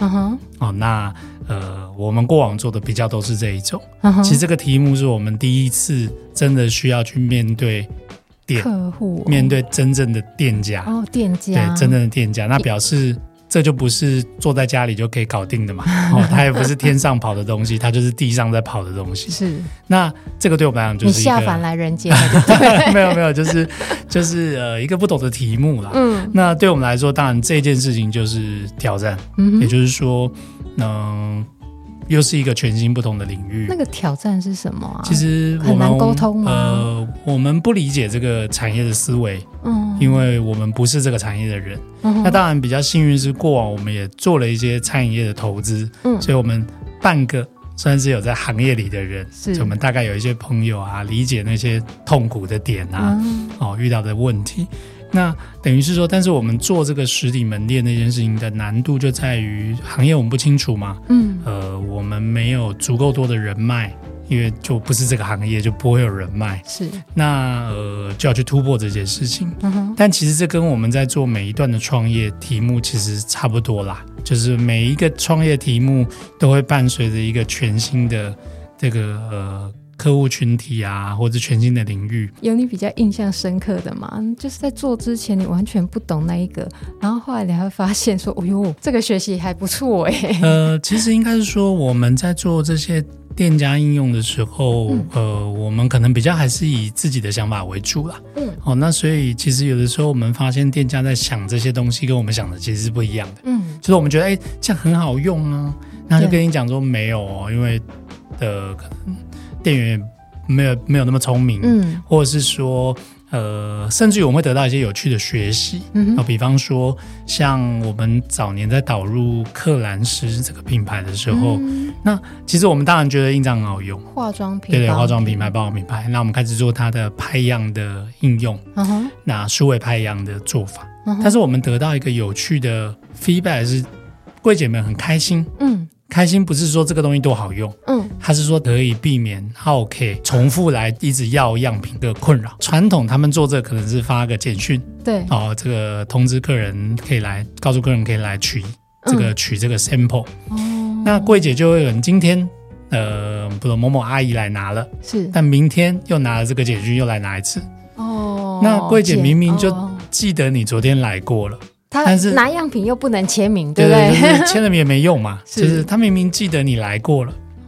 我们过往做的比较都是这一种。其实这个题目是我们第一次真的需要去面对客户， 面对真正的店家。 店家， 对，真正的店家，那表示这就不是坐在家里就可以搞定的嘛。它也不是天上跑的东西，它就是地上在跑的东西。是，那这个对我们来讲就是一个你下凡来人间了，对没有，就是一个不懂的题目啦。那对我们来说，当然这件事情就是挑战。也就是说，又是一个全新不同的领域。 那个挑战是什么啊？ 其实很难沟通吗？ 我们不理解这个产业的思维，因为我们不是这个产业的人。那当然比较幸运是过往我们也做了一些餐饮业的投资，所以我们半个算是有在行业里的人，所以我们大概有一些朋友啊，理解那些痛苦的点啊，遇到的问题。那等于是说，但是我们做这个实体门店那件事情的难度就在于行业我们不清楚嘛，我们没有足够多的人脉，因为就不是这个行业，就不会有人脉。是，那就要去突破这件事情。但其实这跟我们在做每一段的创业题目其实差不多啦，就是每一个创业题目都会伴随着一个全新的这个客户群体啊，或者全新的领域。 有你比较印象深刻的吗？就是在做之前你完全不懂那一个，然后后来你还会发现说，哦哟，这个学习还不错耶。 其实应该是说我们在做这些店家应用的时候，我们可能比较还是以自己的想法为主啦。那所以其实有的时候我们发现店家在想这些东西跟我们想的其实是不一样的。就是我们觉得这样很好用啊，那就跟你讲说没有因为可能店员没有那么聪明，或者是说甚至于我们会得到一些有趣的学习。比方说像我们早年在导入克兰诗这个品牌的时候，那其实我们当然觉得印章很好用， 化妆品， 对，化妆品牌、包装品牌，那我们开始做它的拍样的应用，那数位拍样的做法。但是我们得到一个有趣的 feedback 是柜姐们很开心，开心不是说这个东西多好用，他是说可以避免OK重复来一直要样品的困扰。传统他们做这个可能是发个简讯，对，这个通知客人可以来，告诉客人可以来取这个 sample。那柜姐就会今天不懂某某阿姨来拿了，是，但明天又拿了这个简讯又来拿一次。那柜姐明明就记得你昨天来过了。 但是拿样品又不能签名，对不对？ 就是签了也没用嘛。就是他明明记得你来过了，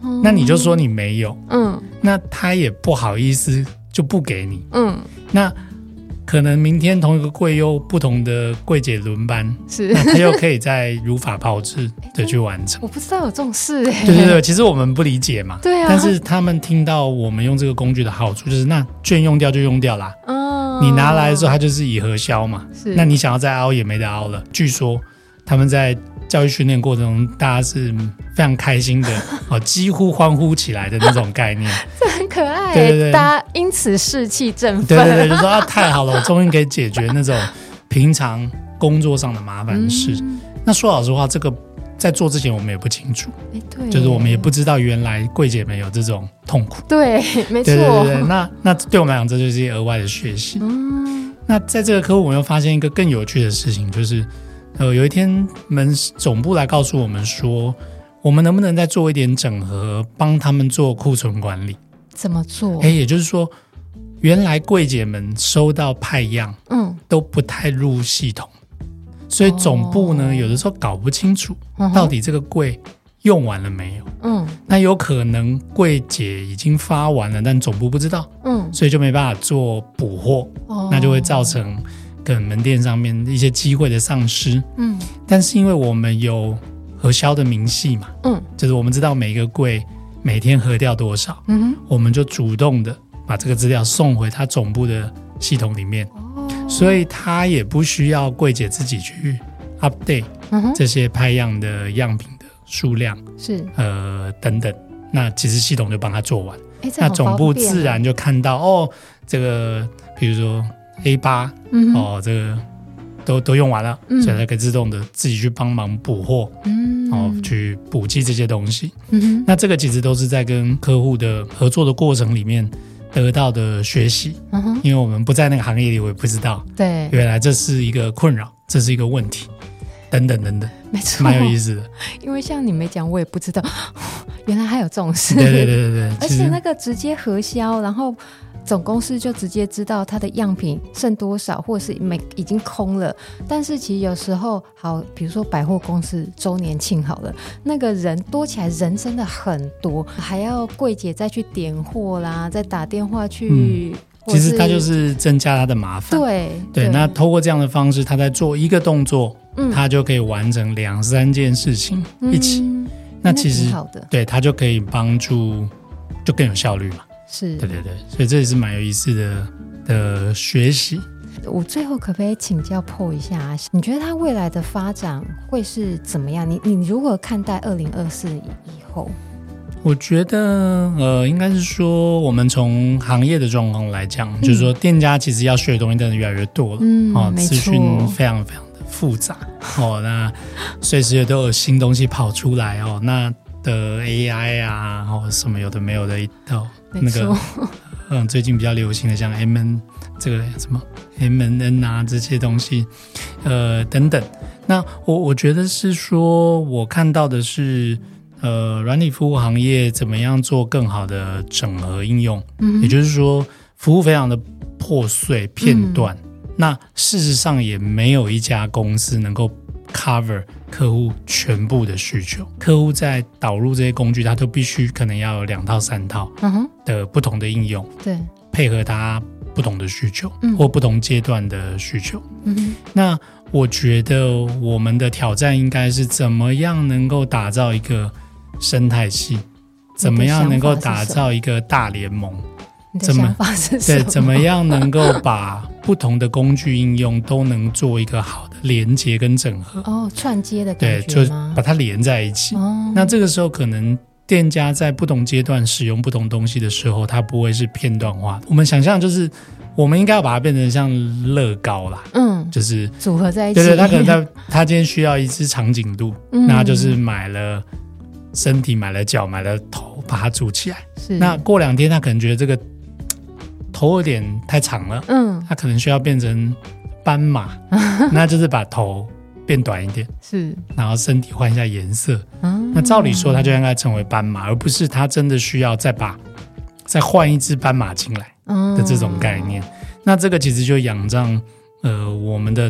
那你就说你没有，那他也不好意思就不给你，那可能明天同一个柜又不同的柜姐轮班， 是， 那他又可以再如法炮制的去完成。 我不知道有这种事对，其实我们不理解嘛， 对啊， 但是他们听到我们用这个工具的好处，就是那券用掉就用掉啦，你拿来的时候它就是以核销嘛，那你想要再凹也没得凹了。据说他们在教育训练过程中，大家是非常开心的几乎欢呼起来的那种概念， 这很可爱， 对， 大家因此士气振奋， 对，就说太好了，我终于可以解决那种平常工作上的麻烦事。那说老实话，这个在做之前我们也不清楚， 对， 就是我们也不知道原来柜姐们有这种痛苦， 对，没错， 对，那对我们来讲，这就是一些额外的学习。那在这个客户，我们又发现一个更有趣的事情，就是有一天门总部来告诉我们说，我们能不能再做一点整合，帮他们做库存管理？ 怎么做？ 也就是说，原来柜姐们收到派样，都不太入系统，所以总部呢，有的时候搞不清楚到底这个柜用完了没有。那有可能柜姐已经发完了，但总部不知道，所以就没办法做补货，那就会造成跟门店上面一些机会的丧失。但是因为我们有核销的明细嘛，就是我们知道每一个柜每天核掉多少，我们就主动的把这个资料送回他总部的系统里面，所以他也不需要柜姐自己去 update 这些派样的样品的数量， 是等等，那其实系统就帮他做完， 那总部自然就看到这个比如说 A8 这个都用完了，所以它可以自动的自己去帮忙补货，去补寄这些东西。那这个其实都是在跟客户的合作的过程里面得到的学习，因为我们不在那个行业里，我也不知道， 对， 原来这是一个困扰，这是一个问题，等等， 没错， 蛮有意思的。 因为像你没讲，我也不知道，原来还有这种事。 对， 而且那个直接核销，然后总公司就直接知道它的样品剩多少，或者是已经空了。但是其实有时候好，比如说百货公司周年庆好了，那个人多起来，人真的很多，还要柜姐再去点货啦，再打电话去。 其实它就是增加它的麻烦。对，那透过这样的方式，他在做一个动作，他就可以完成2-3件事情一起。那其实好的， 对，他就可以帮助，就更有效率嘛。 是， 对，所以这也是蛮有意思的学习。 我最后可不可以请教Paul一下，你觉得它未来的发展会是怎么样？你如何看待2024以后？ 我觉得应该是说，我们从行业的状况来讲，就是说店家其实要学的东西真的越来越多了，资讯非常非常的复杂，那随时也都有新东西跑出来，那的 AI 啊，什么有的没有的一套，那个最近比较流行的像 MN 这个什么 MNN 啊这些东西，等等。那我觉得是说，我看到的是软体服务行业怎么样做更好的整合应用，也就是说服务非常的破碎片段，那事实上也没有一家公司能够 cover 客户全部的需求。客户在导入这些工具，他都必须可能要有2套3套的不同的应用， 对， 配合他不同的需求，或不同阶段的需求。那我觉得我们的挑战应该是怎么样能够打造一个生态系，怎么样能够打造一个大联盟？ 你的想法是什么？ 对，怎么样能够把不同的工具应用都能做一个好的连接跟整合？串接的感觉吗？对，就把它连在一起。那这个时候可能店家在不同阶段使用不同东西的时候，它不会是片段化的。我们想象就是我们应该要把它变成像乐高啦，就是组合在一起。 对，他可能他今天需要一支长颈鹿，那他就是买了身体，买了脚，买了头，把它组起来。那过2天他可能觉得这个头有点太长了，他可能需要变成斑马，那就是把头变短一点，然后身体换一下颜色。那照理说他就应该成为斑马，而不是他真的需要再换一只斑马进来的这种概念。那这个其实就仰仗我们的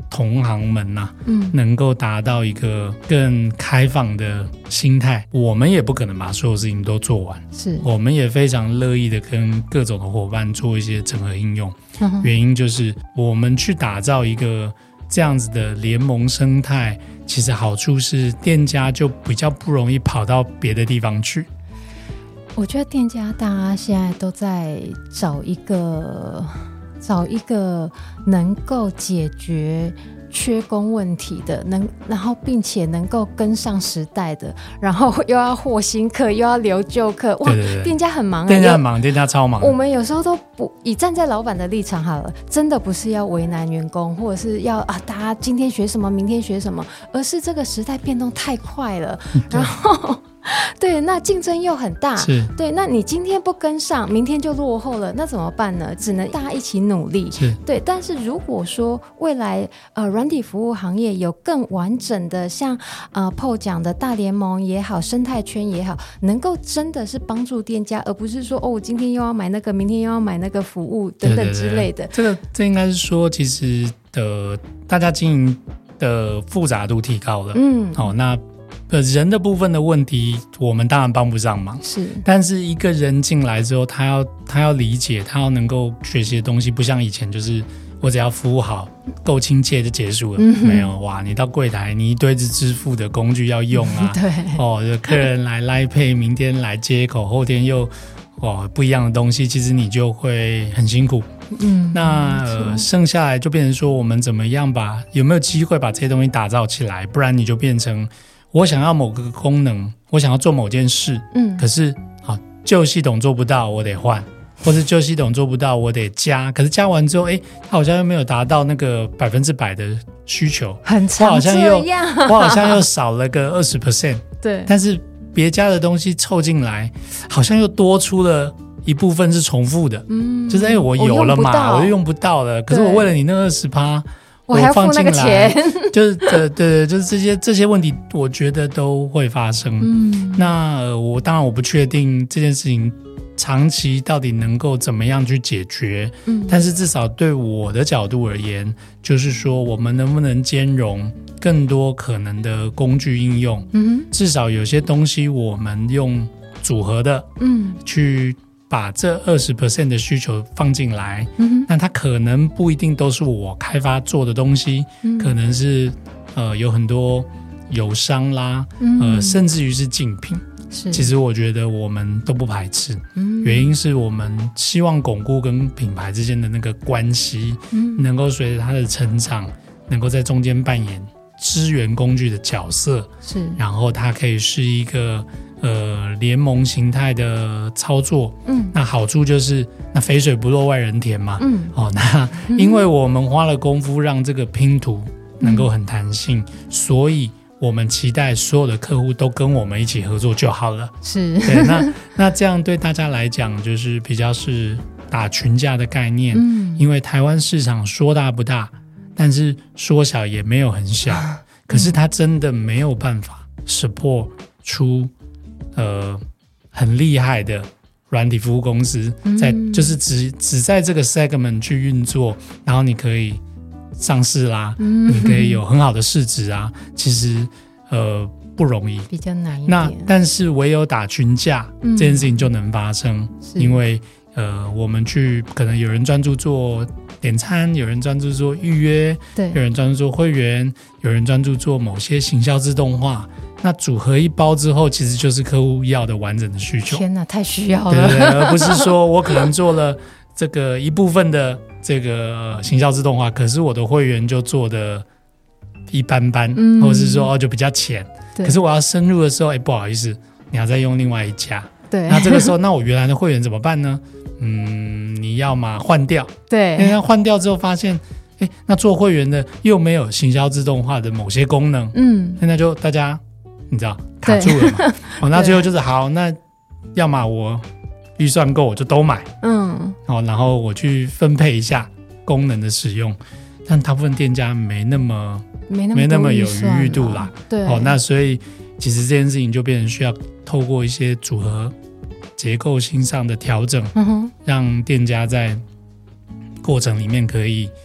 同行们啊，能够达到一个更开放的心态，我们也不可能把所有事情都做完， 是我们也非常乐意的跟各种的伙伴做一些整合应用，原因就是我们去打造一个这样子的联盟生态，其实好处是店家就比较不容易跑到别的地方去。 我觉得店家大家现在都在找一个能够解决缺工问题的，然后并且能够跟上时代的，然后又要获新客又要留旧客，哇，对，店家很忙， 店家很忙，店家超忙。 我们有时候都不以站在老板的立场好了，真的不是要为难员工，或者是要大家今天学什么明天学什么，而是这个时代变动太快了，然后对，那竞争又很大，对，那你今天不跟上，明天就落后了，那怎么办呢？只能大家一起努力，对。但是如果说未来软体服务行业有更完整的，像PO 讲的大联盟也好，生态圈也好，能够真的是帮助店家，而不是说我今天又要买那个，明天又要买那个服务等等之类的。 这应该是说，其实大家经营的复杂度提高了，那人的部分的问题我们当然帮不上忙， 是， 但是一个人进来之后，他要理解，他要能够学习的东西不像以前就是我只要服务好够亲切就结束了，没有，哇，你到柜台你一堆支付的工具要用啊， 对， 客人来 Line Pay， 明天来接口，后天又不一样的东西，其实你就会很辛苦。那剩下来就变成说我们怎么样有没有机会把这些东西打造起来，不然你就变成我想要某个功能，我想要做某件事，可是旧系统做不到我得换，或是旧系统做不到我得加，可是加完之后它好像又没有达到那个100%的需求， 很常这样， 我好像又少了个 20%， 对， 但是别家的东西凑进来好像又多出了一部分是重复的，就是我有了嘛，我又用不到了，可是我为了你那 20% 我还要付那个钱， 就是对，就是这些问题，我觉得都会发生。那当然我不确定这件事情长期到底能够怎么样去解决，但是至少对我的角度而言，就是说我们能不能兼容更多可能的工具应用，至少有些东西我们用组合的，去把这 20% 的需求放进来，那它可能不一定都是我开发做的东西，可能是有很多友商啦，甚至于是竞品，其实我觉得我们都不排斥，原因是我们希望巩固跟品牌之间的那个关系，能够随着它的成长，能够在中间扮演支援工具的角色， 是，然后它可以是一个联盟形态的操作，那好处就是那肥水不落外人田嘛，那因为我们花了功夫让这个拼图能够很弹性，所以我们期待所有的客户都跟我们一起合作就好了， 是， 对，那这样对大家来讲就是比较是打群架的概念，因为台湾市场说大不大，但是说小也没有很小，可是它真的没有办法 support 出很厉害的软体服务公司，就是只在这个 segment 去运作，然后你可以上市啦，你可以有很好的市值啊，其实不容易， 比较难一点。 那但是唯有打群架，这件事情就能发生，因为我们可能有人专注做点餐，有人专注做预约，对，有人专注做会员，有人专注做某些行销自动化。那组合一包之后，其实就是客户要的完整的需求。 天哪，太需要了， 对，而不是说我可能做了这个一部分的这个行销自动化，可是我的会员就做的一般般，或者是说就比较浅。可是我要深入的时候，不好意思，你要再用另外一家。 对， 那这个时候，那我原来的会员怎么办呢？你要嘛换掉， 对， 那换掉之后发现，那做会员的又没有行销自动化的某些功能，那就大家你知道卡住了嘛？那最后就是好，那要么我预算够我就都买，然后我去分配一下功能的使用，但大部分店家没那么有余裕度啦， 对， 那所以其实这件事情就变成需要透过一些组合结构性上的调整，让店家在过程里面可以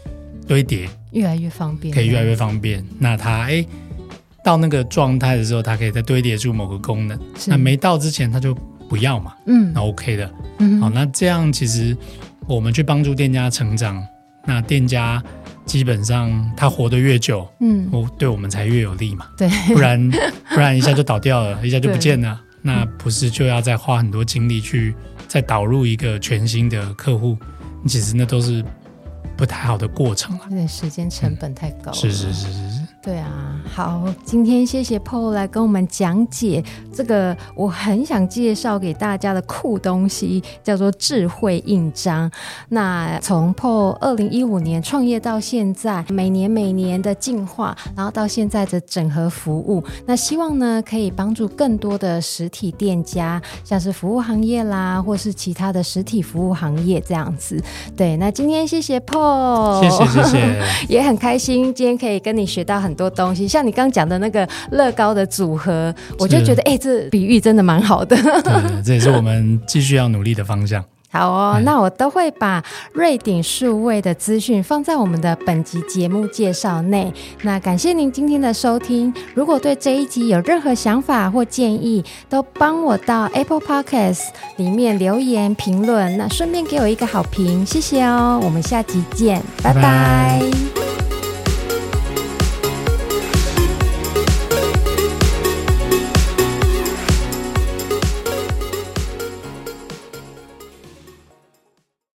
堆叠越来越方便， 可以越来越方便。那它到那个状态的时候，它可以再堆叠出某个功能。那没到之前，它就不要嘛。那 OK 的。好，那这样其实我们去帮助店家成长，那店家基本上他活得越久，对我们才越有利嘛。 对， 不然一下就倒掉了，一下就不见了。那不是就要再花很多精力去再导入一个全新的客户？其实那都是不太好的过程了， 对，时间成本太高了。 是， 对啊。好，今天谢谢 Paul 来跟我们讲解这个我很想介绍给大家的酷东西，叫做智慧印章。那从 Paul 2015年创业到现在，每年的进化，然后到现在的整合服务，那希望呢可以帮助更多的实体店家，像是服务行业啦，或是其他的实体服务行业这样子。对，那今天谢谢 Paul， 谢谢也很开心今天可以跟你学到很多东西，像你刚讲的那个乐高的组合，我就觉得这比喻真的蛮好的。 对，这也是我们继续要努力的方向。 好哦，那我都会把瑞鼎数位的资讯放在我们的本集节目介绍内。那感谢您今天的收听，如果对这一集有任何想法或建议，都帮我到 Apple Podcast 里面留言评论，那顺便给我一个好评，谢谢哦。我们下集见，拜拜。